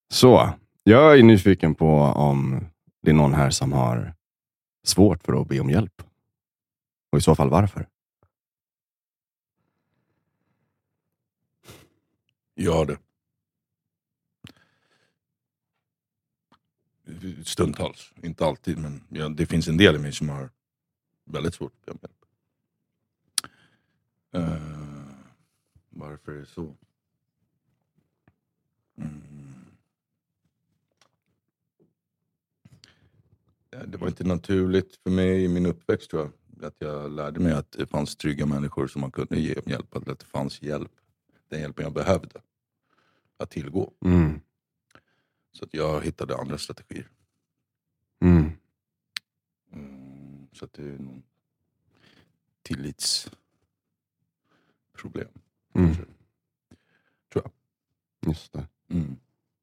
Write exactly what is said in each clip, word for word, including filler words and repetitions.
Så, jag är nyfiken på om det är någon här som har svårt för att be om hjälp. Och i så fall varför? Jag har det. Stundtals. Inte alltid, men ja, det finns en del i mig som har väldigt svårt att be om hjälp. Uh, varför är det så? Mm. Det var inte naturligt för mig i min uppväxt, tror jag. Att jag lärde mig att det fanns trygga människor som man kunde ge om hjälp. Att det fanns hjälp. Den hjälpen jag behövde. Att tillgå. Mm. Så att jag hittade andra strategier. Mm. Mm, så att det är någon tillitsproblem. Mm. Tror jag. Just det. Mm.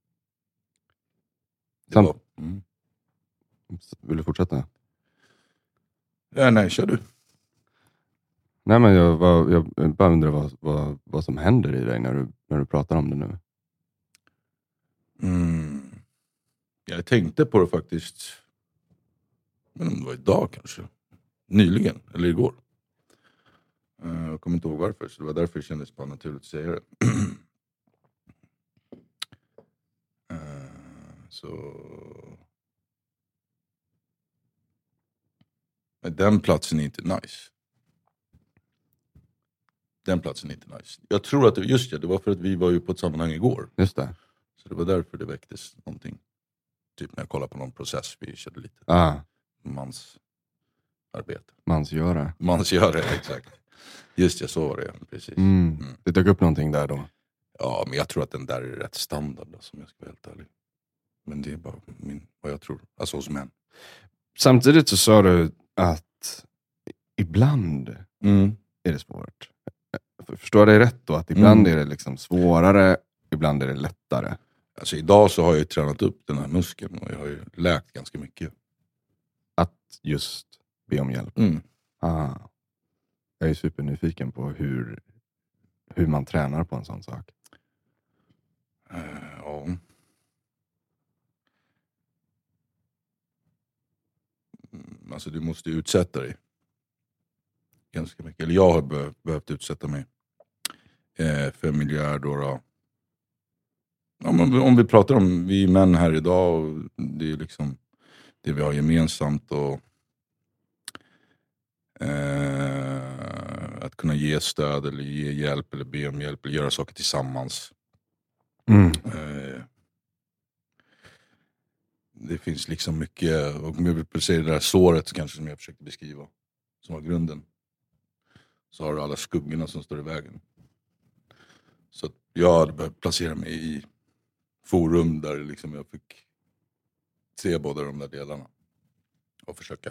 det Sam- var, mm. Vill du fortsätta? Ja, nej, kör du. Nej, men jag, var, jag bara undrar vad, vad, vad som händer i dig när du, när du pratar om det nu. Mm. Jag tänkte på det faktiskt. Men det var idag kanske. Nyligen, eller igår. Jag kommer inte ihåg varför. Så det var därför det kändes bara naturligt att säga det. Så... Men den platsen är inte nice. Den platsen är inte nice. Jag tror att det, just det, det var för att vi var ju på ett sammanhang igår. Just det. Så det var därför det väcktes någonting. Typ när jag kollade på någon process, vi körde lite Ah, mans arbete. mansgöra. Mansgöra, exakt. Just det, så var det, precis. Mm. Mm. Det dök upp någonting där då. Ja, men jag tror att den där är rätt standard, då, som jag ska vara helt ärlig. Men det är bara min, vad jag tror, alltså hos män. Samtidigt så sa du att ibland Mm. är det svårt. Förstår jag dig rätt då? Att ibland Mm. är det liksom svårare, ibland är det lättare. Alltså idag så har jag ju tränat upp den här muskeln och jag har ju läkt ganska mycket. Att just be om hjälp. Mm. Ah. Jag är supernyfiken på hur, hur man tränar på en sån sak. Uh, ja. Mm, alltså du måste utsätta dig. Ganska mycket. Eller jag har be- behövt utsätta mig. Eh, för en miljard då. då. Ja, men om vi pratar om vi män här idag. Och det är liksom det vi har gemensamt. Och eh, att kunna ge stöd eller ge hjälp eller be om hjälp eller göra saker tillsammans. Mm. Eh, det finns liksom mycket, och om jag vill säga det där såret kanske som jag försökte beskriva, som var grunden, så har du alla skuggorna som står i vägen. Så att jag hade behövt placera mig i forum där liksom jag fick se båda de där delarna och försöka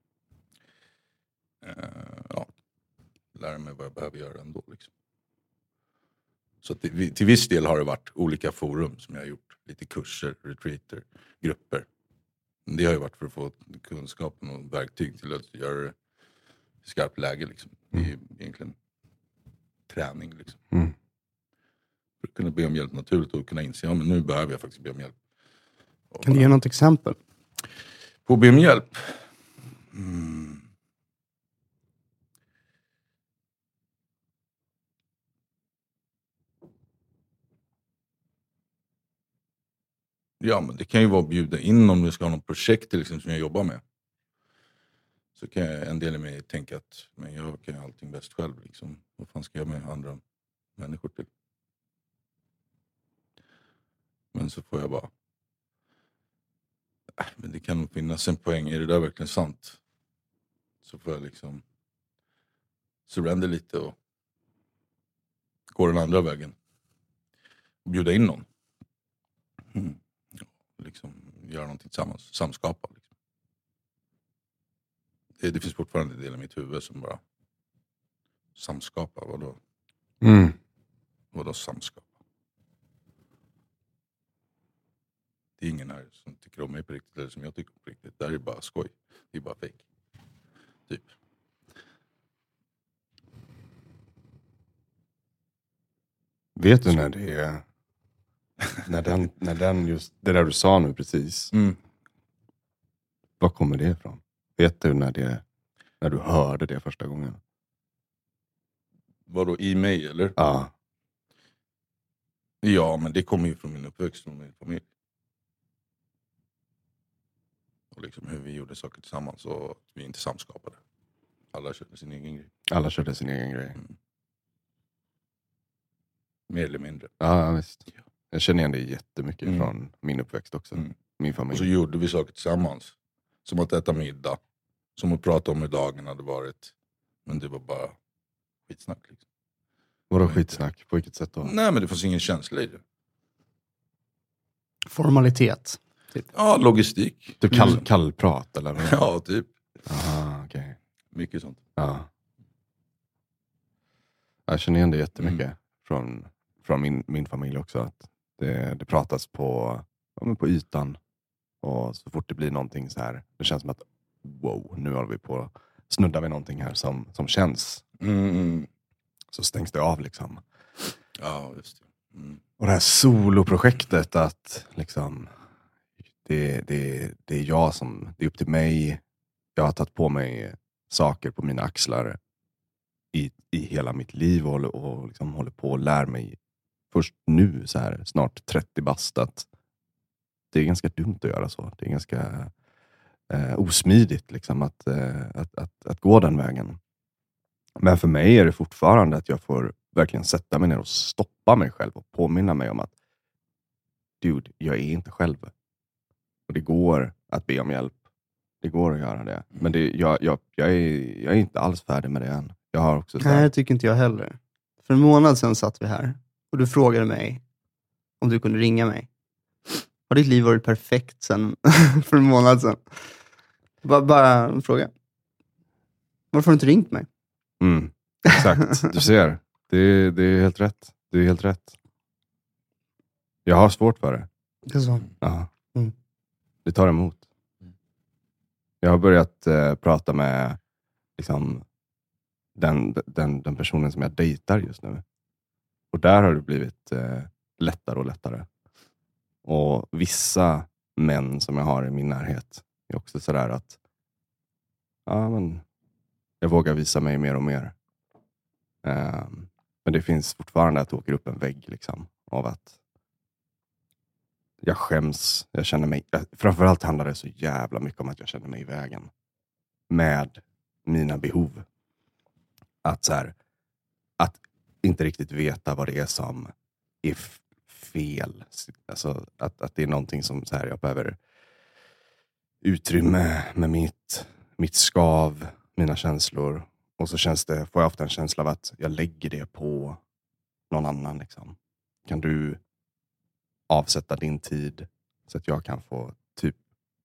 eh, ja, lära mig vad jag behöver göra ändå liksom. Så att det, till viss del har det varit olika forum som jag har gjort. Lite kurser, retreater, grupper. Men det har ju varit för att få kunskapen och verktyg till att göra det i skarpt läge liksom. Det är ju egentligen träning liksom. Mm. För att kunna be om hjälp naturligt och kunna inse, ja men nu behöver jag faktiskt be om hjälp. Och Kan du ge något exempel? på att be om hjälp? Mm. Ja, men det kan ju vara att bjuda in om vi ska ha något projekt till exempel, som jag jobbar med. Så kan jag, en del av mig tänka att men jag kan allting bäst själv. Liksom. Vad fan ska jag med andra människor till? Men så får jag bara... Äh, men det kan nog finnas en poäng. Är det där verkligen sant? Så får jag liksom surrender lite och gå den andra vägen. Och bjuda in någon. Mm. Liksom göra någonting tillsammans. Samskapa. Liksom. Det, det finns fortfarande en del i mitt huvud som bara samskapa. Vadå? Mm. Vadå samskapa? Det är ingen här som tycker om mig på riktigt eller som jag tycker om på riktigt. Det här är bara skoj. Det är bara fake. Typ. Vet du när det är när, den, när den just, det där du sa nu precis, Mm. var kommer det ifrån? Vet du när, det, när du hörde det första gången? Vadå, i mig eller? Ja. Ja, men det kommer ju från min uppväxt, från min familj. Och liksom hur vi gjorde saker tillsammans och att vi inte samskapade. Alla körde sin egen grej. Alla körde sin egen grej. Mm. Mer eller mindre. Ja, visst. Jag känner igen det jättemycket Mm. från min uppväxt också. Mm. Min Och familj. så gjorde vi saker tillsammans. Som att äta middag. Som att prata om hur dagen hade varit. Men det var bara skitsnack liksom. Vadå skitsnack? På vilket sätt då? Nej, men det fanns ingen känsla i det. Formalitet. Typ. Ja, logistik. Typ kall, kallprat eller? vad? Ja, typ. Aha, okej. Okay. Mycket sånt. Ja. Jag känner igen det jättemycket Mm. från, från min, min familj också. Att det, det pratas på, ja, men på ytan. Och så fort det blir någonting så här. Det känns som att wow, nu håller vi på. Snuddar vi någonting här som, som känns. Mm. Så stängs det av liksom. Ja, just det. Mm. Och det här soloprojektet att liksom. Det, det, det är jag som, det är upp till mig. Jag har tagit på mig saker på mina axlar. I, i hela mitt liv och, och liksom håller på att lära mig först nu så här snart trettio bast att det är ganska dumt att göra så. Det är ganska eh, osmidigt liksom att, eh, att, att, att gå den vägen. Men för mig är det fortfarande att jag får verkligen sätta mig ner och stoppa mig själv och påminna mig om att dude, jag är inte själv. Och det går att be om hjälp. Det går att göra det. Men det, jag, jag, jag, är, jag är inte alls färdig med det än. Jag har också Nej, det tycker inte jag heller. För en månad sedan satt vi här och du frågade mig om du kunde ringa mig. Har ditt liv varit perfekt sen för en månad sedan? Bara, bara en fråga. Varför har du inte ringt mig? Mm, exakt, du ser. Det, det är helt rätt. Det är helt rätt. Jag har svårt för det. Det är så. Ja. Mm. Det tar emot. Jag har börjat eh, prata med liksom, den, den, den personen som jag dejtar just nu. Och där har det blivit eh, lättare och lättare. Och vissa män som jag har i min närhet är också sådär att ja, men jag vågar visa mig mer och mer. Um, men det finns fortfarande att åka upp en vägg liksom, av att jag skäms. Jag känner mig, framförallt handlar det så jävla mycket om att jag känner mig i vägen med mina behov. Att så här, att inte riktigt veta vad det är som är f- fel. Alltså att, att det är någonting som så här, jag behöver utrymme med mitt, mitt skav, mina känslor. Och så känns det, får jag ofta en känsla av att jag lägger det på någon annan. Liksom. Kan du avsätta din tid så att jag kan få typ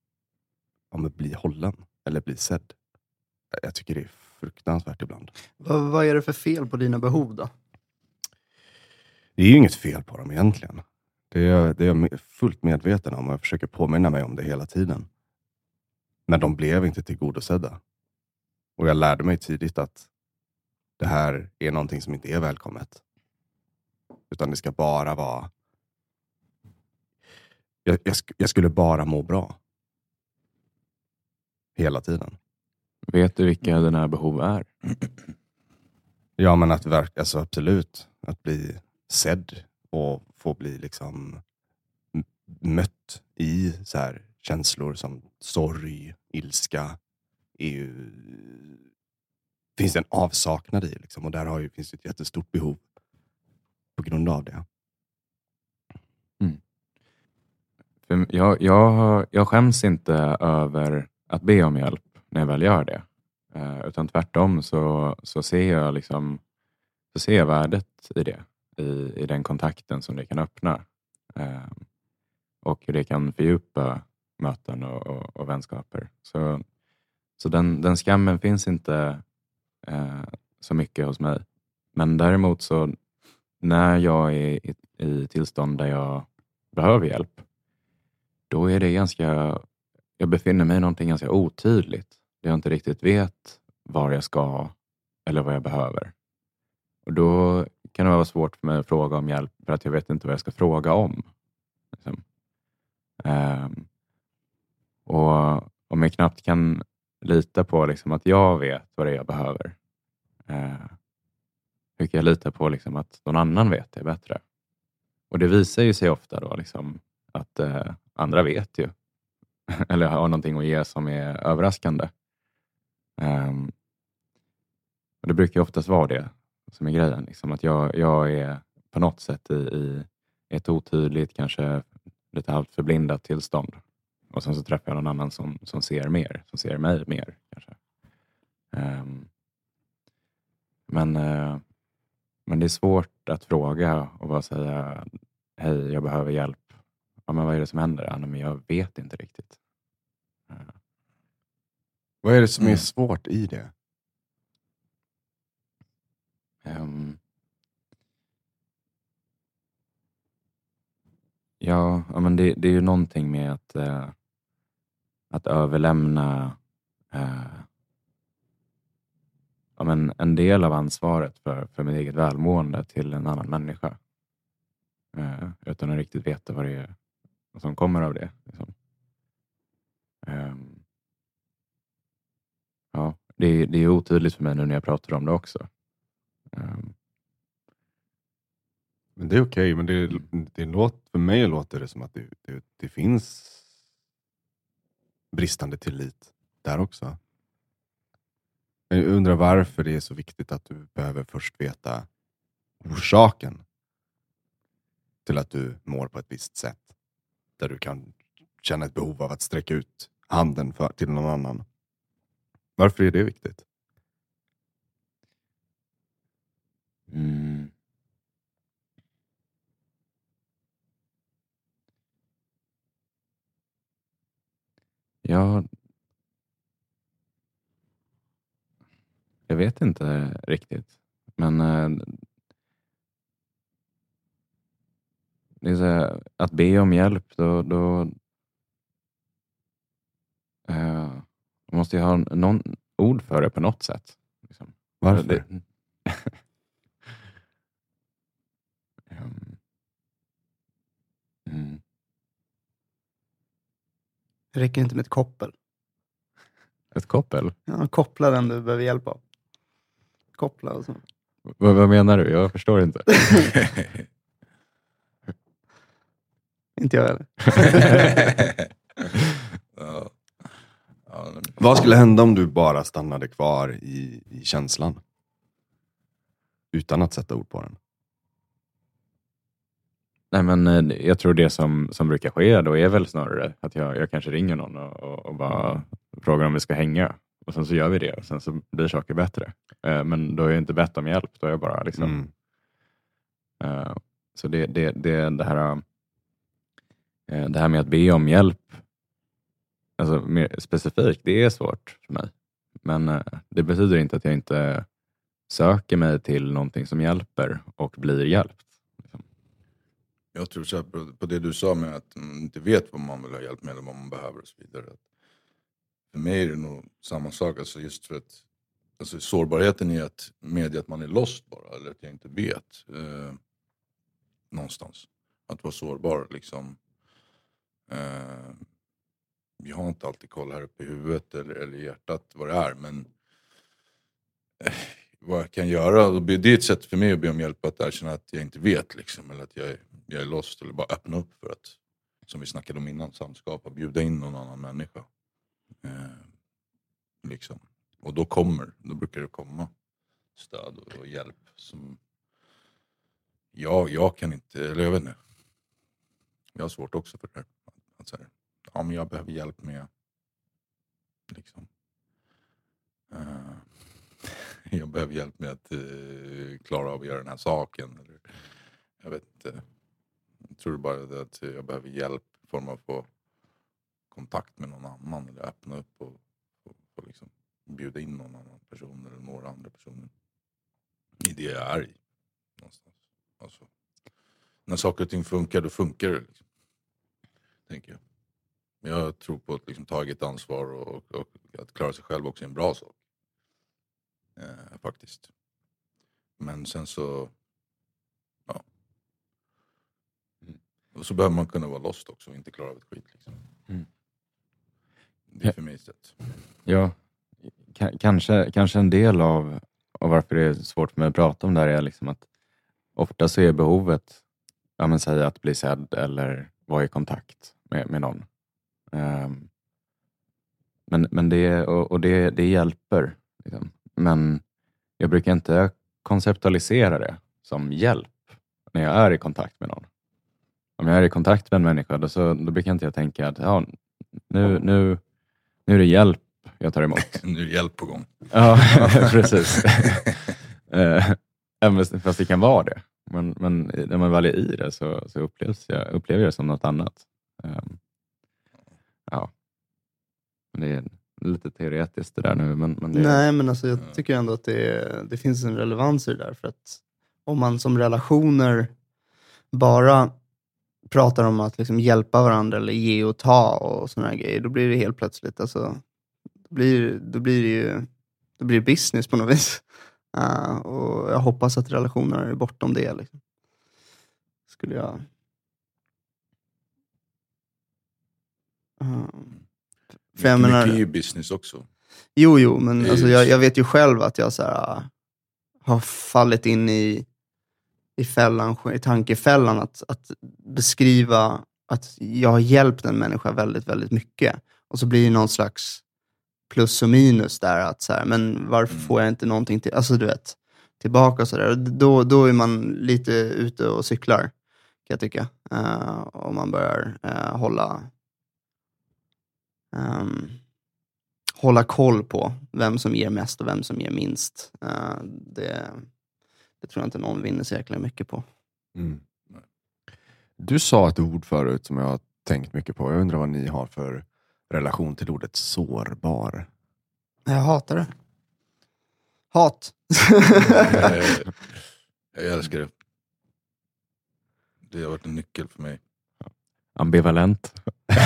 om att bli hållen eller bli sedd? Jag tycker det är fruktansvärt ibland. Vad, vad är det för fel på dina behov då? Det är ju inget fel på dem egentligen. Det är, det är jag fullt medveten om och jag försöker påminna mig om det hela tiden. Men de blev inte tillgodosedda. Och jag lärde mig tidigt att det här är någonting som inte är välkommet. Utan det ska bara vara... Jag, jag, sk- jag skulle bara må bra. Hela tiden. Vet du vilka dina behov är? Ja, men att verka, alltså absolut. Att bli sedd och få bli liksom m- mött i så här känslor som sorg, ilska. Är ju, finns det en avsaknad i liksom, och där har ju, finns det ett jättestort behov på grund av det. För jag, jag, jag skäms inte över att be om hjälp när jag väl gör det. Eh, utan tvärtom så, så ser jag liksom så ser jag värdet i det. I, i den kontakten som det kan öppna. Eh, och hur det kan fördjupa möten och, och, och vänskaper. Så, så den, den skammen finns inte eh, så mycket hos mig. Men däremot så när jag är i, i tillstånd där jag behöver hjälp, då är det ganska, jag befinner mig i någonting ganska otydligt. Där jag inte riktigt vet var jag ska eller vad jag behöver. Och då kan det vara svårt för mig att fråga om hjälp för att jag vet inte vad jag ska fråga om. Liksom. Um, och om jag knappt kan lita på liksom, att jag vet vad det är jag behöver. Uh, hur kan jag lita på liksom, att någon annan vet det bättre? Och det visar ju sig ofta då liksom, att uh, andra vet ju. Eller har någonting att ge som är överraskande. Um, och det brukar ju oftast vara det som är grejen. Liksom, att jag, jag är på något sätt i, i ett otydligt, kanske lite halvt förblindat tillstånd. Och sen så träffar jag någon annan som, som ser mer. Som ser mig mer kanske. Um, men, uh, men det är svårt att fråga och bara säga hej, jag behöver hjälp. Ja, men vad är det som händer? Ja, men jag vet inte riktigt. Uh. Vad är det som Mm. är svårt i det? Um, ja, ja, men det, det är ju någonting med att, uh, att överlämna uh, ja, men en del av ansvaret för, för mitt eget välmående till en annan människa. Uh, utan att riktigt veta vad det är som kommer av det. Liksom. Um, ja, det, det är otydligt för mig nu när jag pratar om det också. Um, Men det är okej, men det, det låter, för mig låter det som att det, det, det finns bristande tillit där också. Jag undrar varför det är så viktigt att du behöver först veta orsaken till att du mår på ett visst sätt. Där du kan känna ett behov av att sträcka ut handen för, till någon annan. Varför är det viktigt? mm. Ja, jag vet inte riktigt. Men äh, det är så här, att be om hjälp, då, då äh, man måste ju ha någon ord för det på något sätt. Liksom. Varför? Det, um, mm. Det räcker inte med ett koppel. Ett koppel? Ja, koppla den du behöver hjälp av. Koppla och så. Vad, vad menar du? Jag förstår inte. Inte jag heller. Ja. Ja, men- Vad skulle hända om du bara stannade kvar i, i känslan? Utan att sätta ord på den. Nej, men eh, jag tror det som, som brukar ske då är väl snarare att jag, jag kanske ringer någon och, och, och bara frågar om vi ska hänga. Och sen så gör vi det och sen så blir saker bättre. Eh, men då har jag inte bett om hjälp. Då är jag bara liksom... Mm. Eh, så det, det, det, det här eh, det här med att be om hjälp, alltså mer specifikt, det är svårt för mig. Men eh, det betyder inte att jag inte söker mig till någonting som hjälper och blir hjälpt. Liksom. Jag tror så här på, på det du sa med att man inte vet vad man vill ha hjälp med eller vad man behöver och så vidare. För mig är det nog samma sak, alltså just för att alltså sårbarheten är att medge att man är lost bara, eller att jag inte vet eh, någonstans. Att vara sårbar liksom. Eh, jag har inte alltid koll här uppe i huvudet eller, eller i hjärtat vad det är, men eh, vad jag kan göra, och det är ett sätt för mig att be om hjälp att erkänna att jag inte vet liksom, eller att jag är, jag är lost, eller bara öppna upp för att, som vi snackade om innan, samskapa, bjuda in någon annan människa. Eh, liksom. Och då kommer, då brukar det komma stöd och, och hjälp som jag, jag kan inte, eller jag vet inte. Jag har svårt också för det här. Att säga, ja, men jag behöver hjälp med liksom. Uh, jag behöver hjälp med att uh, klara av att göra den här saken. Eller, jag vet inte. Jag tror bara att jag behöver hjälp i form av att få kontakt med någon annan. Eller öppna upp och, och, och liksom bjuda in någon annan person eller några andra personer. I det jag är i. Någonstans. Alltså, när saker och ting funkar, då funkar det. Liksom, tänker jag. Jag tror på att liksom ta eget ansvar och, och att klara sig själv också är en bra sak. Eh, faktiskt. Men sen så... Ja. Och så behöver man kunna vara lost också och inte klara av ett skit. Liksom. Mm. Det är för mig sätt. Ja, k- kanske, kanske en del av, av varför det är svårt för mig att prata om det här är liksom att ofta så är behovet, ja men säga att bli sedd eller vara i kontakt med, med någon. Um, men men det, och, och det, det hjälper. Liksom. Men jag brukar inte konceptualisera det som hjälp när jag är i kontakt med någon. Om jag är i kontakt med en människa då, så, då brukar inte jag tänka att ja, nu, nu, nu är det hjälp jag tar emot. Nu är det hjälp på gång. Ja, precis. uh, fast det kan vara det. Men, men när man väl är i det så, så upplevs jag, upplever jag det som något annat. Um, ja. Det är lite teoretiskt det där nu. Men, men det är... Nej, men alltså, jag tycker ändå att det, det finns en relevans i det där. För att om man som relationer bara pratar om att liksom hjälpa varandra eller ge och ta och såna här grejer, då blir det helt plötsligt, alltså, då blir, då blir det ju då blir det business på något vis. Uh, och jag hoppas att relationer är bortom det. Liksom. Skulle jag... Uh, för jag Mycket, menar... mycket är ju business också. Jo, jo, men Det alltså, är- jag, jag vet ju själv att jag så här, uh, har fallit in i, i, fällan, i tankefällan att, att beskriva att jag har hjälpt en människa väldigt, väldigt mycket. Och så blir det någon slags plus och minus där. Att så här, men varför Mm. får jag inte någonting till, alltså, du vet, tillbaka och så där. Då, då är man lite ute och cyklar, kan jag tycka. Uh, om man börjar uh, hålla... Um, hålla koll på vem som ger mest och vem som ger minst. Uh, det, det tror jag inte någon vinner så jäkla mycket på. Mm. Du sa ett ord förut som jag har tänkt mycket på. Jag undrar vad ni har för relation till ordet sårbar. Jag hatar det. Hat. jag, jag älskar det. Det har varit en nyckel för mig. Ambivalent.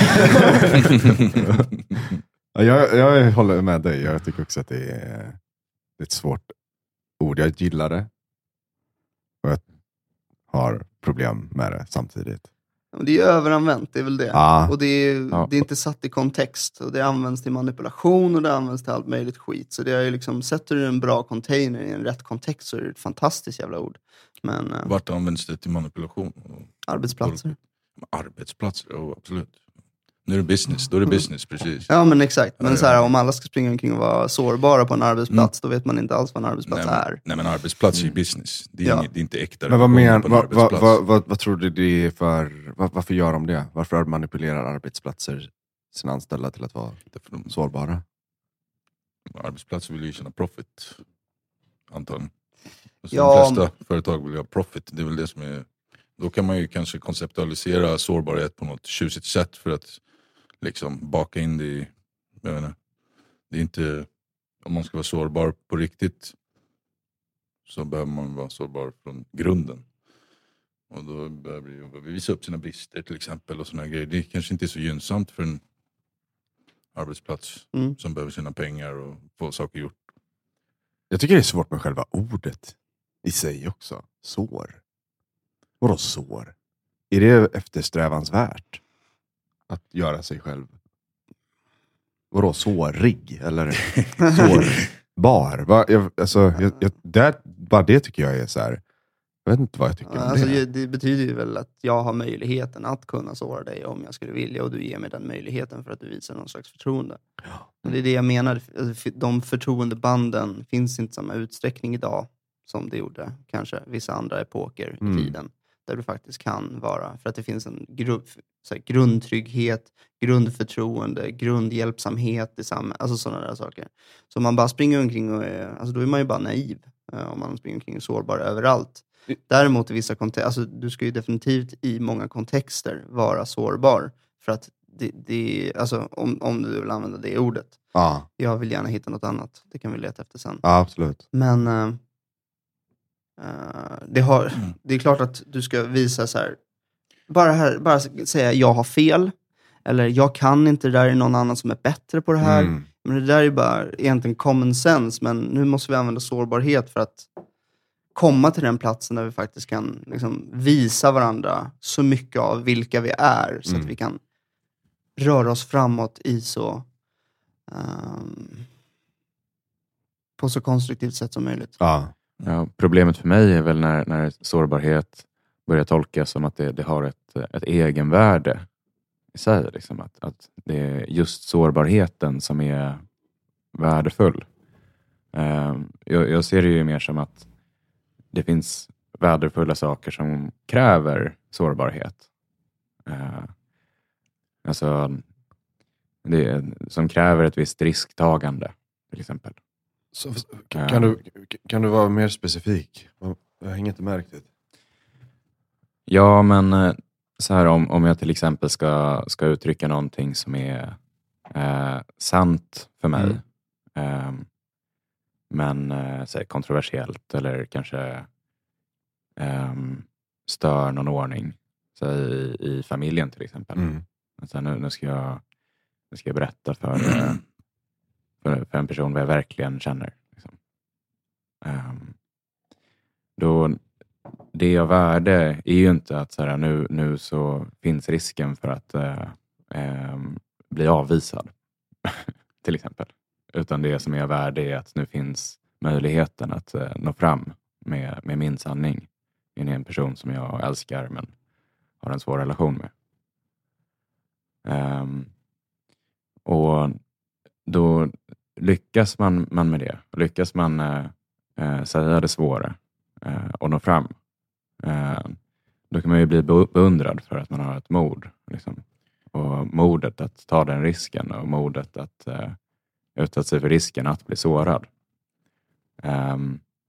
Ja, jag, jag håller med dig. Jag tycker också att det är, det är ett svårt ord. Jag gillar det. Och jag har problem med det samtidigt. Det är överanvänt, det är väl det. Ja. Och det är, Ja. det är inte satt i kontext. Och det används till manipulation och det används till allt möjligt skit. Så det är ju liksom, sätter du en bra container i en rätt kontext så är det ett fantastiskt jävla ord. Men uh, Vart används det till manipulation? Och arbetsplatser. arbetsplatser, oh, absolut. Nu är det business, då är det business, precis. Ja, men exakt. Men Ja, så här, ja. om alla ska springa omkring och vara sårbara på en arbetsplats, då vet man inte alls vad en arbetsplats Nej, är. men, nej men arbetsplats är ju business. Det är, Ja. inget, det är inte äkta Men vad, relationer men, på en vad, vad, arbetsplats. vad, vad, vad tror du det är för... Vad, varför gör de det? Varför manipulerar arbetsplatser sina anställda till att vara Därför de, sårbara? arbetsplatser vill ju tjäna profit, antagligen. Alltså Ja, de flesta företag vill ha profit. Det är väl det som är... Då kan man ju kanske konceptualisera sårbarhet på något tjusigt sätt för att liksom baka in det i... Jag vet inte, det är inte... Om man ska vara sårbar på riktigt så behöver man vara sårbar från grunden. Och då behöver vi visa upp sina brister till exempel och såna grejer. Det kanske inte är så gynnsamt för en arbetsplats Mm. som behöver sina pengar och få saker gjort. Jag tycker det är svårt med själva ordet i sig också. Sår. Vadå sår? Är det eftersträvansvärt att göra sig själv? Vadå sårig? Eller sårbar? Va? Jag, alltså, jag, jag, det, bara det tycker jag är så här. Jag vet inte vad jag tycker om Alltså, det. det betyder ju väl att jag har möjligheten att kunna såra dig om jag skulle vilja, och du ger mig den möjligheten för att du visar någon slags förtroende. Och det är det jag menar. Alltså, de förtroendebanden finns inte i samma utsträckning idag som det gjorde kanske vissa andra epoker Mm. i tiden. Där du faktiskt kan vara, för att det finns en gru, så här, grundtrygghet, grundförtroende, grundhjälpsamhet i samhället, alltså sådana där saker. Så om man bara springer omkring och är, alltså då är man ju bara naiv eh, om man springer omkring och är sårbar överallt. Däremot i vissa kontexter, alltså du ska ju definitivt i många kontexter vara sårbar. För att det, det alltså om, om du vill använda det ordet. Ja, Jag vill gärna hitta något annat. Det kan vi leta efter sen. ja, absolut. Men uh, uh, det, har, det är klart att du ska visa så här. Bara, här, bara säga jag har fel. Eller jag kan inte, det där är någon annan som är bättre på det här. Mm. Men det där är bara egentligen common sense. Men nu måste vi använda sårbarhet för att komma till den platsen där vi faktiskt kan liksom visa varandra så mycket av vilka vi är. Så Mm. att vi kan röra oss framåt i så... Um, på så konstruktivt sätt som möjligt. Ja. Ja, problemet för mig är väl när, när sårbarhet börjar tolkas som att det, det har ett, ett egenvärde i sig. Liksom. Att, att det är just sårbarheten som är värdefull. Uh, jag, jag ser det ju mer som att det finns värdefulla saker som kräver sårbarhet. Uh, alltså det, som kräver ett visst risktagande till exempel. Så, kan, kan, du, kan du vara mer specifik? Jag hänger inte med riktigt. Ja, men så här om, om jag till exempel ska, ska uttrycka någonting som är eh, sant för mig. Mm. Eh, men eh, så här, kontroversiellt eller kanske eh, stör någon ordning. Så i, i familjen till exempel. Mm. Alltså, nu, nu, ska jag, nu ska jag berätta för... Eh, För, för en person vad jag verkligen känner. Liksom. Um, då, det av värde är ju inte att så här, nu, nu så finns risken för att uh, um, bli avvisad. till exempel. Utan det som är av värde är att nu finns möjligheten att uh, nå fram med, med min sanning. In i en person som jag älskar men har en svår relation med. Um, och då lyckas man, man med det. Lyckas man eh, säga det svåra eh, och nå fram. Eh, då kan man ju bli beundrad för att man har ett mod. Liksom. Och modet att ta den risken och modet att eh, utsätta sig för risken att bli sårad. Eh,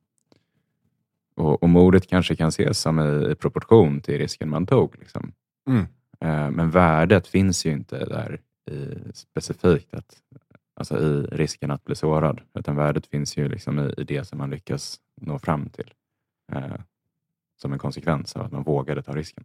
och, och modet kanske kan ses som i, i proportion till risken man tog. Liksom. Mm. Eh, men värdet finns ju inte där i, specifikt att alltså i risken att bli sårad. Utan värdet finns ju liksom i, i det som man lyckas nå fram till. Eh, som en konsekvens av att man vågade ta risken.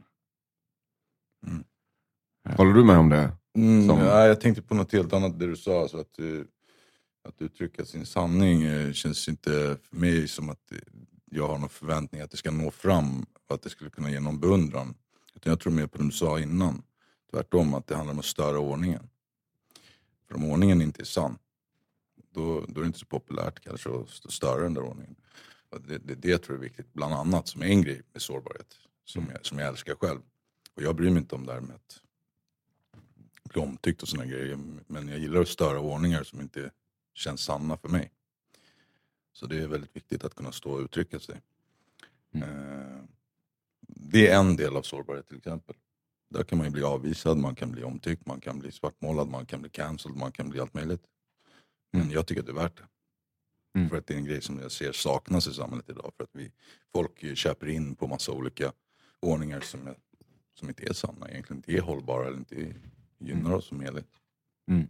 Mm. Eh. Håller du med om det? Mm, Som- ja, jag tänkte på något helt annat det du sa. Alltså att, uh, att uttrycka sin sanning uh, känns inte för mig som att uh, jag har någon förväntning att det ska nå fram. Och att det skulle kunna ge någon beundran. Utan jag tror mer på det du sa innan. Tvärtom, att det handlar om att störa ordningen. För om ordningen inte är sann, då, då är det inte så populärt kanske att störa den där ordningen. Det, det, det tror jag är viktigt, bland annat som är en grej med sårbarhet. Som, jag, som jag älskar själv. Och jag bryr mig inte om det här med att bli omtyckt och såna grejer. Men jag gillar att störa ordningar som inte känns sanna för mig. Så det är väldigt viktigt att kunna stå och uttrycka sig. Mm. Eh, det är en del av sårbarhet till exempel. Där kan man ju bli avvisad, man kan bli omtyckt, man kan bli svartmålad, man kan bli cancelled, man kan bli allt möjligt. Men Mm. jag tycker att det är värt det. Mm. För att det är en grej som jag ser saknas i samhället idag. För att vi, folk köper in på massa olika ordningar som, är, som inte är sanna, egentligen inte är hållbara eller inte gynnar oss som helhet. Mm.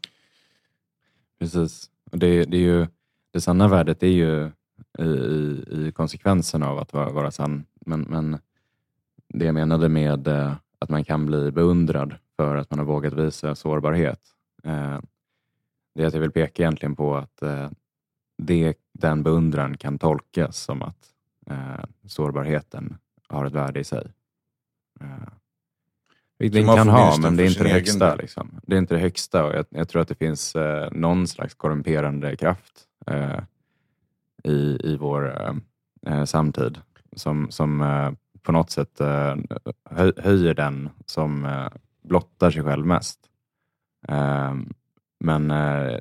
Precis. Och det, det är ju det sanna värdet är ju i, i, i konsekvensen av att vara, vara sann. Men, men det jag menade med eh, att man kan bli beundrad för att man har vågat visa sårbarhet. Eh, det är att jag vill peka egentligen på att eh, det, den beundran kan tolkas som att eh, sårbarheten har ett värde i sig. Eh, vilket man den kan får ha, vinsten men det är för inte sin det egen högsta. del. Liksom. Det är inte det högsta och jag, jag tror att det finns eh, någon slags korrumperande kraft eh, i, i vår eh, eh, samtid som, som eh, på något sätt eh, höj, höjer den som eh, blottar sig själv mest. Eh, men eh,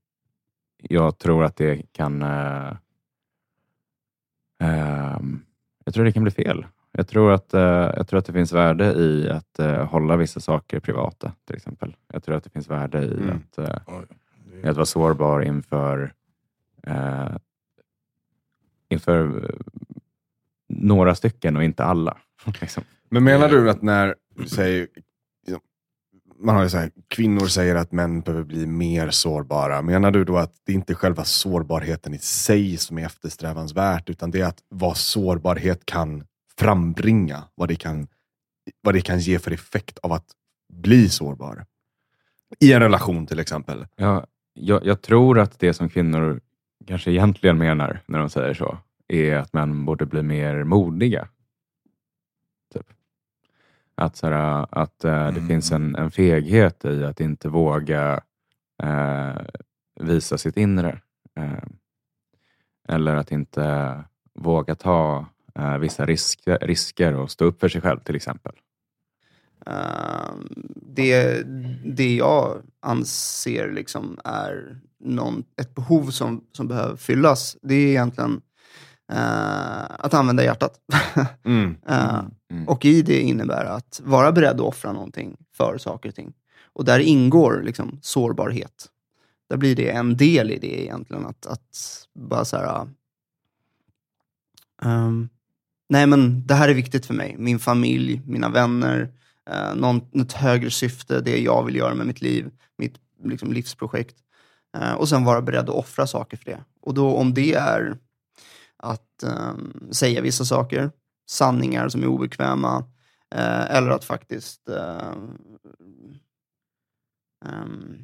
jag tror att det kan eh, eh, jag tror det kan bli fel. Jag tror att, eh, jag tror att det finns värde i att eh, hålla vissa saker privata till exempel. Jag tror att det finns värde i Mm. att, eh, Ja, det i är, att vara sårbar inför eh, inför eh, några stycken och inte alla. liksom. Men menar du att när du säger, man har ju så här, kvinnor säger att män behöver bli mer sårbara. Menar du då att det inte är själva sårbarheten i sig som är eftersträvansvärt, utan det är att vad sårbarhet kan frambringa, vad det kan, vad det kan ge för effekt av att bli sårbar? I en relation till exempel. Ja, jag, jag tror att det som kvinnor kanske egentligen menar när de säger så är att män borde bli mer modiga. Typ. Att, så här, att äh, det Mm. finns en, en feghet i att inte våga äh, visa sitt inre. Äh, eller att inte våga ta äh, vissa risker, risker och stå upp för sig själv till exempel. Uh, det, det jag anser liksom är någon, ett behov som, som behöver fyllas, det är egentligen uh, att använda hjärtat. Mm. uh, Mm. och i det innebär att vara beredd att offra någonting för saker och ting. Och där ingår liksom sårbarhet. Där blir det en del i det egentligen. Att, att bara så här... Um, nej men det här är viktigt för mig. Min familj, mina vänner... Uh, någon, något högre syfte, det jag vill göra med mitt liv, mitt liksom, livsprojekt. Uh, och sen vara beredd att offra saker för det. Och då om det är att um, säga vissa saker, sanningar som är obekväma, uh, eller att faktiskt uh, um,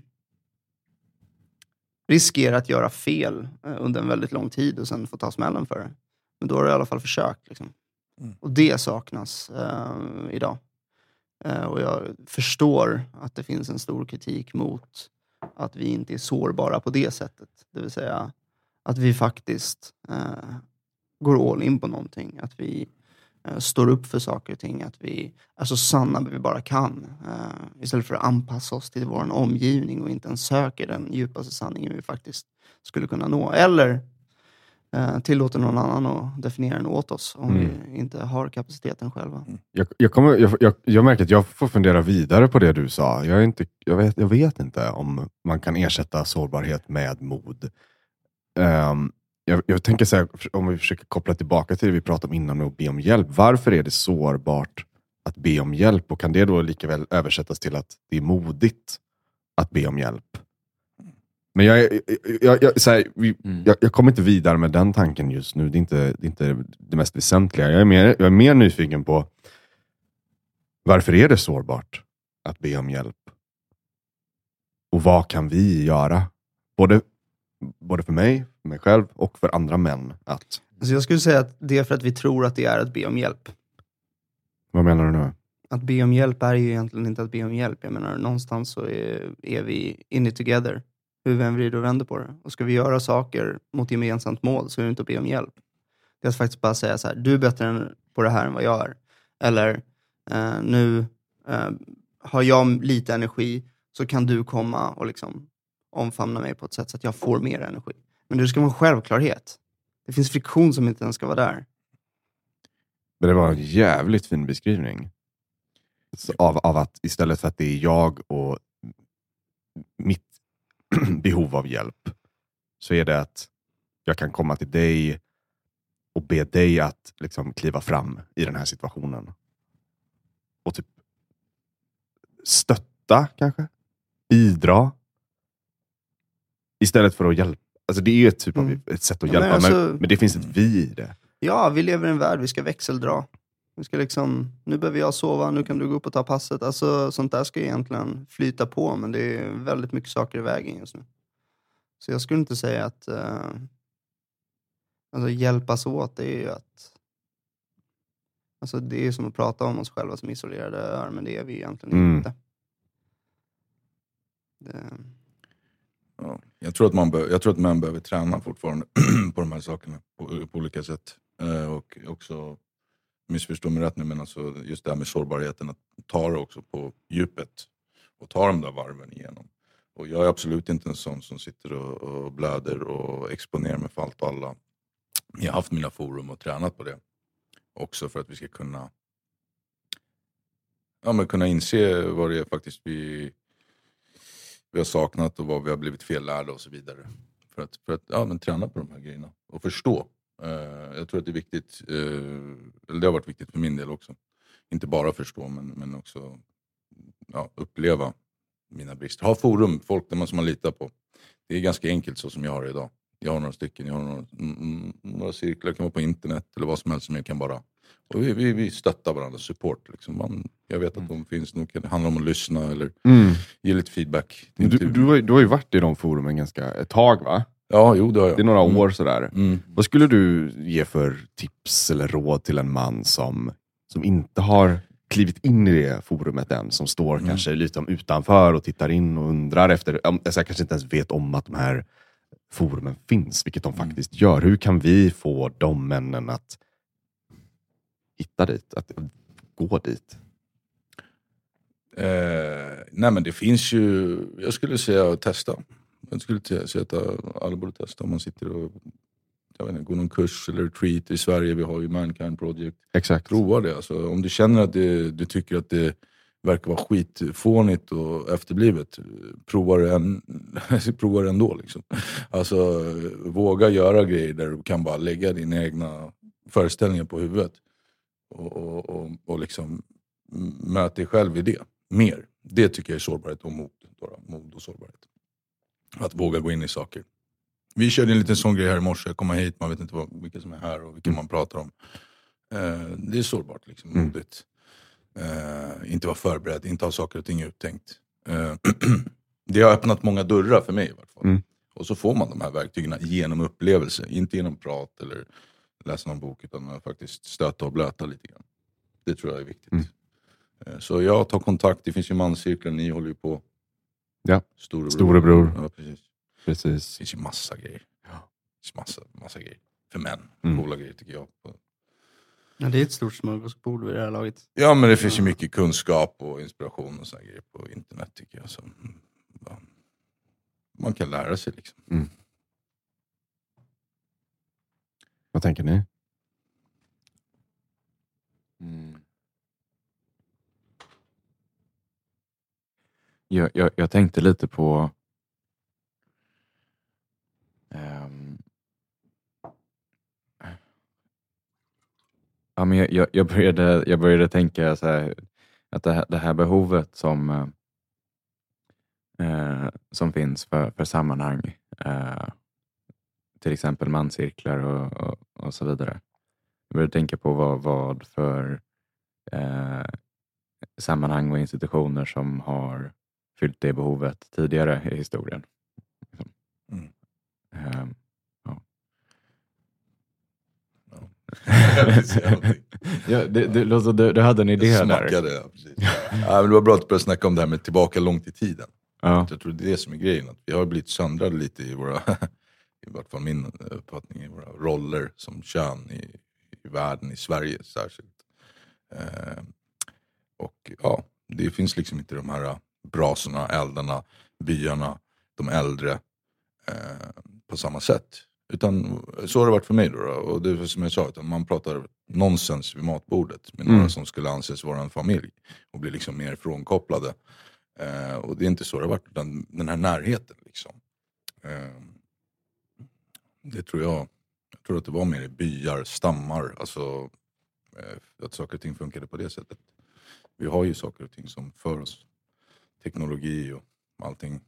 riskera att göra fel uh, under en väldigt lång tid och sen få ta smällen för det. Men då har du i alla fall försökt. Liksom. Mm. Och det saknas uh, idag. Uh, och jag förstår att det finns en stor kritik mot att vi inte är sårbara på det sättet. Det vill säga att vi faktiskt uh, går all in på någonting. Att vi uh, står upp för saker och ting. Att vi är så sanna vi bara kan. Uh, istället för att anpassa oss till vår omgivning och inte ens söker den djupaste sanningen vi faktiskt skulle kunna nå. Eller uh, tillåter någon annan att definiera den åt oss om mm. vi inte har kapaciteten själva. Jag, jag, kommer, jag, jag, jag märker att jag får fundera vidare på det du sa. Jag, är inte, jag, vet, jag vet inte om man kan ersätta sårbarhet med mod. Um, jag, jag tänker så här, om vi försöker koppla tillbaka till det vi pratade om innan med att be om hjälp. Varför är det sårbart att be om hjälp? Och kan det då lika väl översättas till att det är modigt att be om hjälp? Men jag, jag, jag, jag, så här, vi, mm. jag, jag kommer inte vidare med den tanken just nu. Det är inte det, är inte det mest väsentliga. Jag är, mer, jag är mer nyfiken på varför är det sårbart att be om hjälp? Och vad kan vi göra? Både, både för mig, för mig själv och för andra män. Att... Alltså jag skulle säga att det är för att vi tror att det är att be om hjälp. Vad menar du nu? Att be om hjälp är ju egentligen inte att be om hjälp. Jag menar, någonstans så är, är vi in it together. Hur vi än vrider och vänder på det. Och ska vi göra saker mot gemensamt mål så är det inte att be om hjälp. Det är att faktiskt bara säga så här: du är bättre på det här än vad jag är. Eller eh, nu eh, har jag lite energi så kan du komma och liksom omfamna mig på ett sätt så att jag får mer energi. Men det ska vara en självklarhet. Det finns friktion som inte ens ska vara där. Men det var en jävligt fin beskrivning. Av, av att istället för att det är jag och mitt behov av hjälp, så är det att jag kan komma till dig och be dig att liksom kliva fram i den här situationen. Och typ stötta kanske. Bidra. Istället för att hjälpa. Alltså det är ett, typ mm. av ett sätt att hjälpa. Ja, men, alltså, men, men det finns ett vi i det. Ja, vi lever i en värld. Vi ska växeldra. Vi ska liksom, nu behöver jag sova, nu kan du gå upp och ta passet. Alltså sånt där ska egentligen flyta på. Men det är väldigt mycket saker i vägen just nu. Så jag skulle inte säga att uh, alltså hjälpas åt, det är ju att alltså det är som att prata om oss själva som isolerade öar, men det är vi egentligen mm. inte. Det... Ja, jag tror att man be- jag tror att man behöver träna fortfarande på de här sakerna på, på olika sätt. Uh, och också missförstå mig rätt nu, men alltså just det här med sårbarheten, att ta det också på djupet och ta de där varven igenom. Och jag är absolut inte en sån som sitter och, och blöder och exponerar mig för allt och alla. Jag har haft mina forum och tränat på det också för att vi ska kunna ja, men kunna inse vad det är faktiskt vi, vi har saknat och vad vi har blivit fellärda och så vidare. För att, för att ja, men träna på de här grejerna och förstå. Uh, jag tror att det är viktigt, uh, eller det har varit viktigt för min del också. Inte bara förstå, men, men också ja, uppleva mina brister. Ha forum, folk där man som man litar på. Det är ganska enkelt så som jag har det idag. Jag har några stycken, jag har några, mm, några cirklar, kan vara på internet eller vad som helst som jag kan bara... Och vi, vi, vi stöttar varandra, support. Liksom. Man, jag vet att de finns, nog kan det handla om att lyssna eller mm. ge lite feedback. Du, du, har, du har ju varit i de forumen ganska ett tag, va? Ja, jo det har jag. Det är några Mm. år sådär. Mm. Vad skulle du ge för tips eller råd till en man som, som inte har klivit in i det forumet än, som står Mm. kanske lite om utanför och tittar in och undrar efter, alltså jag kanske inte ens vet om att de här forumen finns, vilket de Mm. faktiskt gör. Hur kan vi få de männen att hitta dit, att gå dit? Eh, nej men det finns ju, jag skulle säga att testa. Jag skulle t- säga att alla borde testa om man sitter och jag vet inte, går någon kurs eller retreat i Sverige. Vi har ju Mankind Project. Exakt. Prova det. Alltså, om du känner att det, du tycker att det verkar vara skitfånigt och efterblivet, prova det, en, prova det ändå. Liksom. Alltså, våga göra grejer där du kan bara lägga dina egna föreställningar på huvudet. Och, och, och, och liksom möta dig själv i det. Mer. Det tycker jag är sårbarhet och mod. Då, mod och sårbarhet. Att våga gå in i saker. Vi körde en liten sån grej här i morse. Komma hit, man vet inte vad, vilka som är här och vilka mm. man pratar om. Eh, det är sårbart, liksom, mm. modigt. Eh, inte vara förberedd, inte ha saker och ting uttänkt. Eh, det har öppnat många dörrar för mig i vart fall. Mm. Och så får man de här verktygen genom upplevelse. Inte genom prat eller läsa någon bok, utan faktiskt stöta och blöta lite grann. Det tror jag är viktigt. Mm. Eh, så jag tar kontakt, det finns ju manscirklar, ni håller ju på. Ja, Storebror. Storebror. Ja, precis. Precis. Det finns ju massa grejer. Ja. Det finns massa, massa grejer. För män. Mm. Coola grejer tycker jag. Ja, det är ett stort smörgåsbord vid det här laget. Ja, men det finns ju mycket kunskap och inspiration och såna grejer på internet tycker jag. Så, ja, man kan lära sig liksom. Mm. Vad tänker ni? Mm. Jag, jag, jag tänkte lite på um, ja, men jag, jag, jag, började, jag började tänka så här, att det här, det här behovet som, eh, som finns för, för sammanhang, eh, till exempel manscirklar och, och, och så vidare. Jag började tänka på vad, vad för eh, sammanhang och institutioner som har fyllt det behovet tidigare i historien. Mm. Um, ja. ja, det, det, alltså, du, du hade en idé jag där. Smackade, ja, precis. Ja, men det var bra att du började snacka om det här med tillbaka långt i tiden. Ja. Jag tror det är det som är grejen. Att vi har blivit söndrade lite i våra, i vart fall min uppfattning, i våra roller som kön i, i världen, i Sverige särskilt. Eh, och ja, det finns liksom inte de här brasorna, eldarna, byarna, de äldre eh, på samma sätt. Utan så har det varit för mig då. då. Och det är som jag sa, att man pratar nonsens vid matbordet med Mm. några som skulle anses vara en familj och bli liksom mer frånkopplade. Eh, och det är inte så det har varit, utan den här närheten liksom. Eh, det tror jag, jag tror att det var mer i byar, stammar, alltså eh, att saker och ting funkade på det sättet. Vi har ju saker och ting som för oss, teknologi och allting.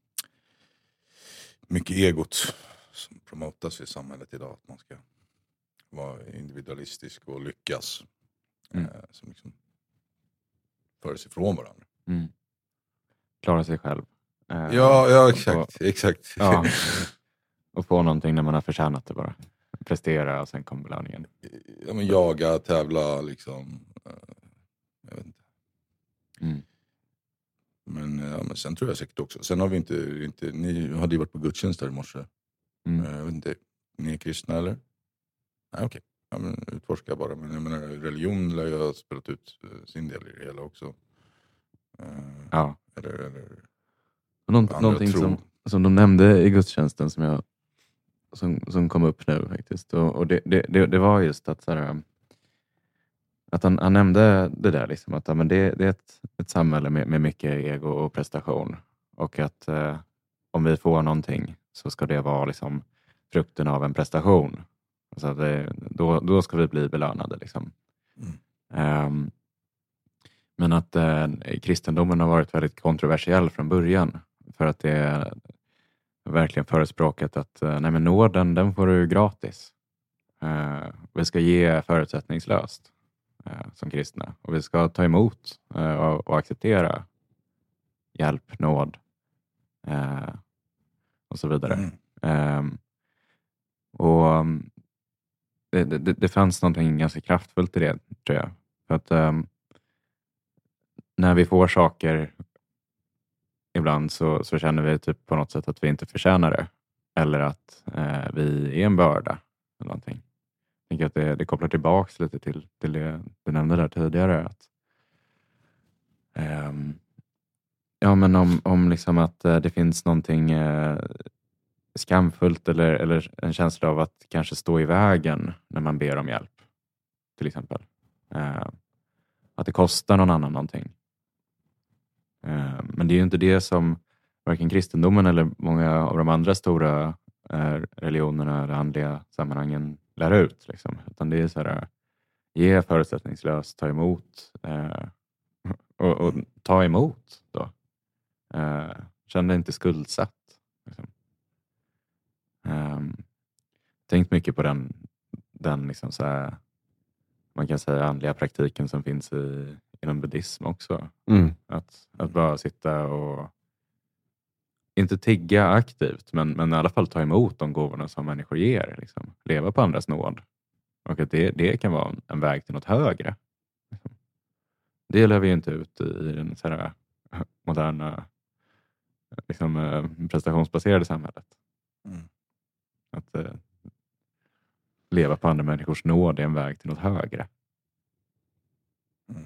Mycket egot som promotas i samhället idag, att man ska vara individualistisk och lyckas. Mm. Eh, som liksom för sig ifrån varandra. Mm. Klara sig själv. Eh, Ja, ja exakt. och, exakt. ja, och få någonting när man har förtjänat det bara. Prestera och sen kommer belöningen. Ja, men jaga, tävla liksom. Eh, jag vet inte. Mm. Men, ja, men sen tror jag säkert också. Sen har vi inte, inte ni hade ju varit på gudstjänst här i morse. Mm. Jag vet inte, ni är kristna eller? Nej, okej. Okay. Ja, men utforska bara. Men jag menar, religion lär ju ha spelat ut sin del i det hela också. Uh, Ja. Eller, eller Någon, någonting tro. som, som de nämnde i gudstjänsten som, jag, som, som kom upp nu faktiskt. Och, och det, det, det, det var just att, så här, att han, han nämnde det där. Liksom, att ja, men det, det är ett, ett samhälle med, med mycket ego och prestation. Och att eh, om vi får någonting så ska det vara liksom, frukten av en prestation. Alltså det, då, då ska vi bli belönade. Liksom. Mm. Um, men att eh, kristendomen har varit väldigt kontroversiell från början. För att det är verkligen förespråkat att eh, nej men nåden, den får du gratis. Uh, vi ska ge förutsättningslöst uh, som kristna. Och vi ska ta emot uh, och, och acceptera hjälp, nåd uh, och så vidare. Mm. Um, och um, det, det, det fanns någonting ganska kraftfullt i det, tror jag. För att um, när vi får saker ibland så, så känner vi typ på något sätt att vi inte förtjänar det. Eller att eh, vi är en börda. Eller någonting. Jag tänker att det, det kopplar tillbaka lite till, till det du nämnde där tidigare. Att, um, ja, men om, om liksom att uh, det finns någonting uh, skamfullt eller, eller en känsla av att kanske stå i vägen när man ber om hjälp. Till exempel. Uh, att det kostar någon annan någonting. Uh, men det är ju inte det som varken kristendomen eller många av de andra stora uh, religionerna eller andliga sammanhangen lär ut. Liksom. Utan det är så här, ge förutsättningslöst, ta emot uh, och, och ta emot då. Uh, känn dig inte skuldsatt. Liksom. Um, tänkt mycket på den, den liksom så här, man kan säga andliga praktiken som finns i, inom buddhism också. Mm. Att, att bara sitta och inte tigga aktivt, men, men i alla fall ta emot de gåvorna som människor ger. Liksom. Leva på andras nåd. Och att det, det kan vara en väg till något högre. Liksom. Det lever ju inte ut i den så här moderna liksom, prestationsbaserade samhället. Mm. Att eh, leva på andra människors nåd är en väg till något högre. Mm.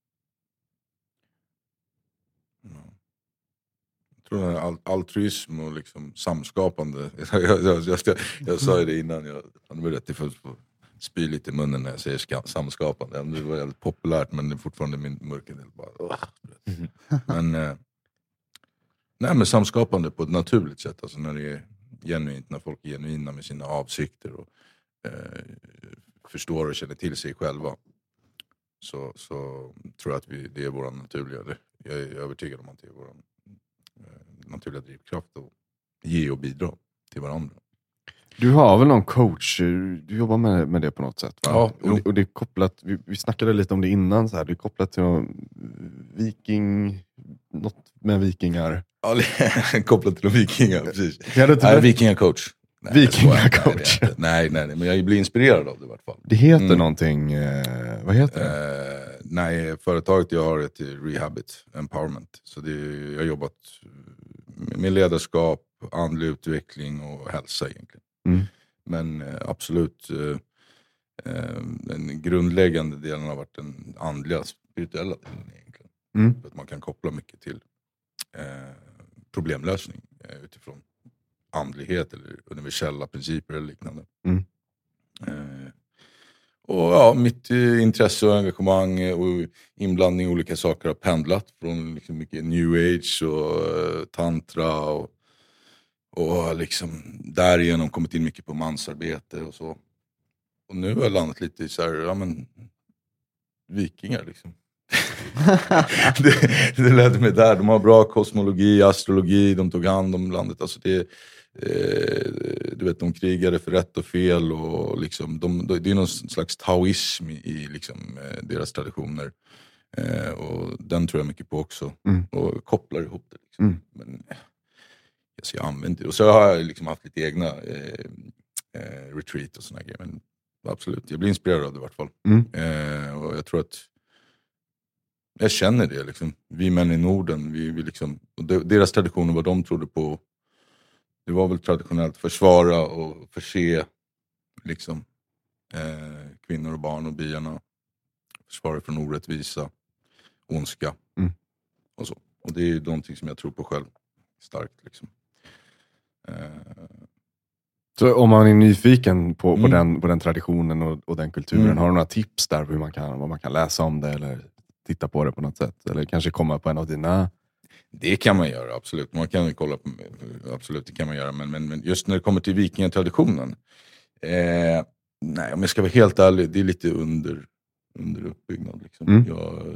Mm. Jag tror att all, altruism och liksom samskapande, jag, jag, jag, jag, jag, jag sa ju det innan, jag hade rätt till att spy lite i munnen när jag säger ska, samskapande. Det var väldigt populärt, men det är fortfarande min mörkerdel. Bara, mm. Men, eh, nej, men samskapande på ett naturligt sätt, alltså när det är genuint, när folk är genuina med sina avsikter och eh, förstår och känner till sig själva, så, så tror jag att vi, det är vår naturliga, jag är övertygad om att det är vår eh, naturliga drivkraft att ge och bidra till varandra. Du har väl någon coach, du jobbar med, med det på något sätt, va? Ja, och, det, och det är kopplat, vi, vi snackade lite om det innan, så här, det är kopplat till någon viking, något med vikingar. Ja, kopplat till vikingar, precis. Nej, vikingacoach. Vikingacoach. Nej, nej, nej, nej, men jag blir inspirerad av det i vart fall. Det heter mm. någonting, eh, vad heter det? Eh, nej, företaget jag har heter Rehabit Empowerment. Så det är, jag har jobbat med ledarskap, andlig utveckling och hälsa egentligen. Mm. Men eh, absolut, eh, eh, den grundläggande delen har varit den andliga, spirituella delen egentligen. Mm. För att man kan koppla mycket till eh, problemlösning eh, utifrån andlighet eller universella principer eller liknande. Mm. Eh, och ja, mitt eh, intresse och engagemang och inblandning i olika saker har pendlat från liksom mycket new age och eh, tantra och, och liksom därigenom kommit in mycket på mansarbete och så. Och nu har jag landat lite i så här, ja men vikingar liksom. det, det ledde mig där. De har bra kosmologi, astrologi, de tog hand om landet. Alltså det, eh, du vet, de krigade för rätt och fel och liksom, de, det är någon slags taoism i, i liksom, eh, deras traditioner. Eh, och den tror jag mycket på också. Mm. Och kopplar ihop det. Liksom. Mm. Men alltså, jag använder det. Och så har jag liksom haft lite egna eh, eh, retreat och såna grejer. Men absolut, jag blir inspirerad av det i vart fall. Mm. Eh, och jag tror att jag känner det liksom. Vi män i Norden, vi, vi liksom, och deras traditioner, vad de trodde på, det var väl traditionellt försvara och förse liksom eh, kvinnor och barn och byarna, försvara från orättvisa, ondska mm. och så. Och det är ju någonting som jag tror på själv starkt liksom. Eh. Så om man är nyfiken på, Mm. på, den, på den traditionen och, och den kulturen, Mm. har du några tips där på hur man kan, vad man kan läsa om det eller titta på det på något sätt? Eller kanske komma på en av dina... Det kan man göra, absolut. Man kan ju kolla på, absolut, det kan man göra. Men, men, men just när det kommer till vikingatraditionen, eh, nej, om jag ska vara helt ärlig, det är lite under, under uppbyggnad. Liksom. Mm. Jag,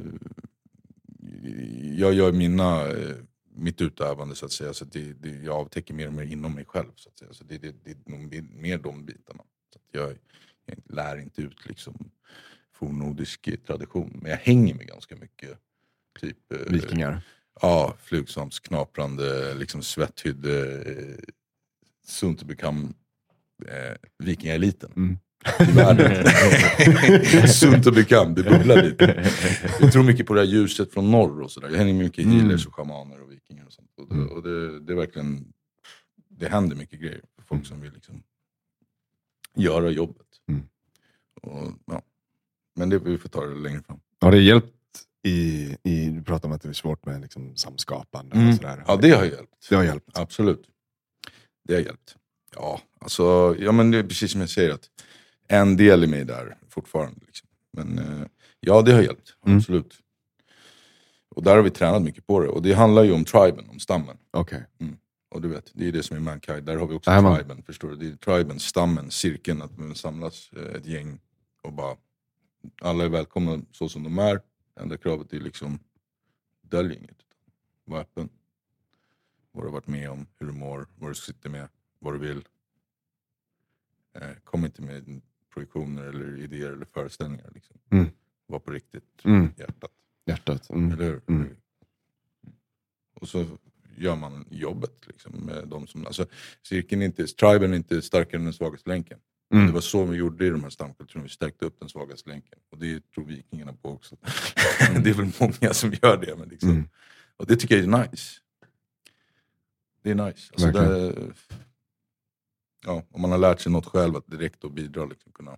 jag gör mina, mitt utövande så att säga, så att det, det, jag avtäcker mer och mer inom mig själv. Så att säga. Så det, det, det är nog mer de bitarna. Så att jag, jag lär inte ut liksom fornnordisk tradition, men jag hänger med ganska mycket typ Vikingar. Ja, flugsvamps, knaprande, liksom svetthydde, soon to become eh, vikingaeliten. Mm. I världen. Soon to become, det bubblar lite. Jag tror mycket på det här ljuset från norr och sådär. Jag hänger mycket Mm. healers och shamaner och vikingar och sånt. Och, det, Mm. och det, det är verkligen, det händer mycket grejer för folk som vill liksom göra jobbet. Mm. Och, ja. Men det, vi får ta det längre fram. Har det hjälpt i, i, du pratar om att det är svårt med liksom samskapande Mm. och sådär. Ja, det har hjälpt. Det har hjälpt. Absolut. Det har hjälpt. Ja, alltså, ja men det är precis som jag säger att en del i mig där fortfarande. Liksom. Men eh, ja, det har hjälpt. Mm. Absolut. Och där har vi tränat mycket på det. Och det handlar ju om triben, om stammen. Okej. Och du vet, det är det som är Mankai. Där har vi också Jajamän. triben, förstår du? Det är triben, stammen, cirkeln. Att man samlas eh, ett gäng och bara, alla är välkomna så som de är. Enda kravet är liksom, dölj inget. Var öppen. Vad du har varit med om, hur du mår, vad du sitter med, vad du vill. Eh, kom inte med projektioner eller idéer eller föreställningar. Liksom. Mm. Var på riktigt, Mm. hjärtat. Hjärtat. Mm. Eller hur? Mm. Och så gör man jobbet liksom, med de som... Alltså, cirkeln är inte, triben är inte starkare än den svagaste länken. Mm. Det var så vi gjorde i de här stamkulturerna. Vi stärkte upp den svagaste länken. Och det tror vikingarna på också. Det är väl många som gör det. Men liksom. Mm. Och det tycker jag är nice. Det är nice. Alltså det, ja, om man har lärt sig något själv att direkt då bidra. Liksom, kunna,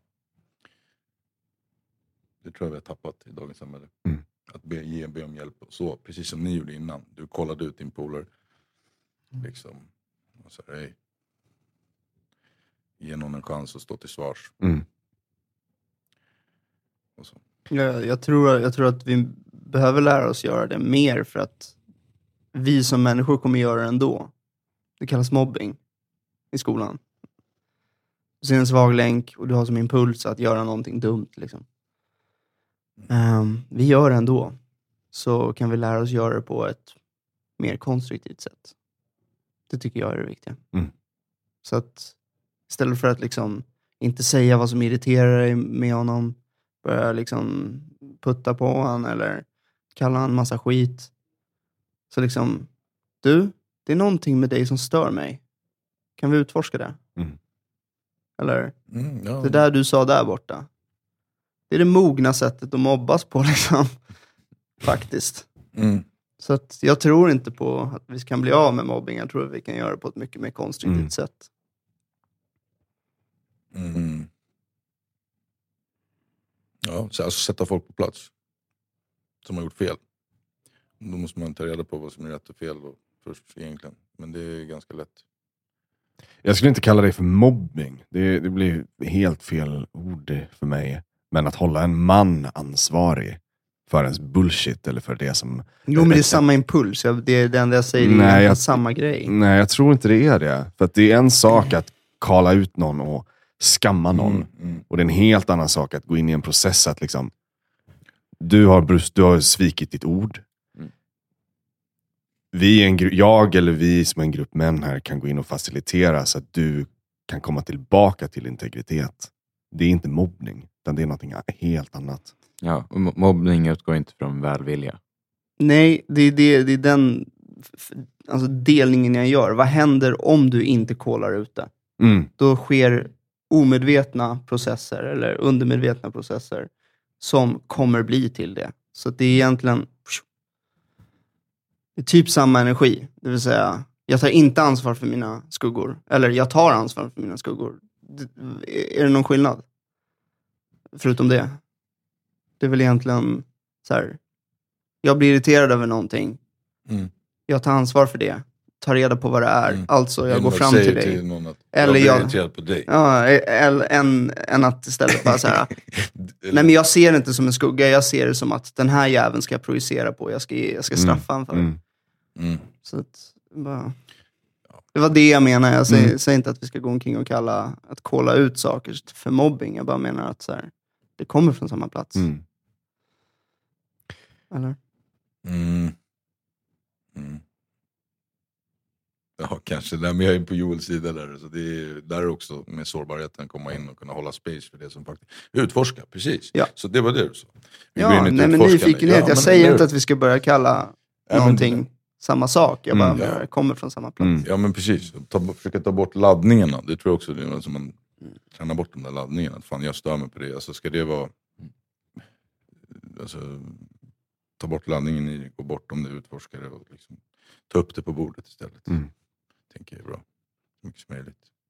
det tror jag vi har tappat i dagens samhälle. Mm. Att be, ge, be om hjälp och så. Precis som ni gjorde innan. Du kollade ut din polare. Liksom. Och så här, hej. Ge någon en chans att stå till svars. Mm. Och så. Jag, jag, tror, jag tror att vi behöver lära oss göra det mer för att vi som människor kommer göra det ändå. Det kallas mobbing i skolan. Du ser en svag länk och du har som impuls att göra någonting dumt. Liksom. Um, vi gör det ändå. Så kan vi lära oss göra det på ett mer konstruktivt sätt. Det tycker jag är det viktiga. Mm. Så att istället för att liksom inte säga vad som irriterar dig med honom, börja liksom putta på honom eller kalla han massa skit. Så liksom, du, det är någonting med dig som stör mig. Kan vi utforska det? Mm. Eller, Mm, ja. det där du sa där borta. Det är det mogna sättet att mobbas på liksom. Faktiskt. Mm. Så att jag tror inte på att vi kan bli av med mobbing. Jag tror att vi kan göra det på ett mycket mer konstruktivt Mm. sätt. Mm. Ja, så alltså sätta folk på plats. Som har gjort fel. Då måste man ta reda på vad som är rätt och fel då, först egentligen. Men det är ganska lätt. Jag skulle inte kalla det för mobbing. Det, det blir helt fel ord för mig. Men att hålla en man ansvarig för ens bullshit eller för det som... Jo, men det är samma impuls. Jag, det är det enda jag säger. Det är Nej, Nej, jag- samma grej. Nej, jag tror inte det är det. För att det är en sak att kalla ut någon och skamma någon. Mm, mm. Och det är en helt annan sak att gå in i en process att liksom... Du har, brust, du har svikit ditt ord. Mm. Vi är en gru- jag eller vi som en grupp män här kan gå in och facilitera så att du kan komma tillbaka till integritet. Det är inte mobbning, utan det är någonting helt annat. Ja, och mo- mobbning utgår inte från välvilja. Nej, det är, det, det är den f- alltså delningen jag gör. Vad händer om du inte kollar ut det? Mm. Då sker omedvetna processer eller undermedvetna processer som kommer bli till det. Så att det är egentligen det är typ samma energi. Det vill säga, jag tar inte ansvar för mina skuggor. Eller jag tar ansvar för mina skuggor. Det- Är det någon skillnad? Förutom det. Det är väl egentligen så här. Jag blir irriterad över någonting. Mm. Jag tar ansvar för det. Tar reda på vad det är. Mm. Alltså jag Genom går att fram säga till dig. till någon att Eller jag blir jag- irriterad på dig. Ja, eller än, än att istället bara så här. Eller- Nej, men jag ser det inte som en skugga. Jag ser det som att den här jäveln ska jag projicera på. Jag ska, jag ska straffa honom för. Mm. Mm. Så att, bara... Det var det jag menar. Jag säger, Mm. säger inte att vi ska gå omkring och kalla att kolla ut saker för mobbing. Jag bara menar att så här, det kommer från samma plats. Mm. Eller? Mm. Mm. Ja, kanske. Nej, men jag är på Joels sida där. Så det är där också med sårbarheten komma in och kunna hålla space för det som faktiskt... Utforska, precis. Ja. Så det var det du sa. Vi går Ja, in i ett nej, men utforskande. nyfikenhet. Ja, jag men säger det- inte att vi ska börja kalla men- någonting samma sak. Jag bara, Mm. jag kommer från samma plats. Mm. Ja men precis, ta, försöka ta bort laddningarna. Det tror jag också det är något som man tränar bort de där laddningarna. Fan jag stör mig på det. Alltså ska det vara... Alltså, ta bort laddningen i gå bort om det utforskare och liksom, ta upp det på bordet istället. Mm. Tänker jag är bra. Så mycket som möjligt.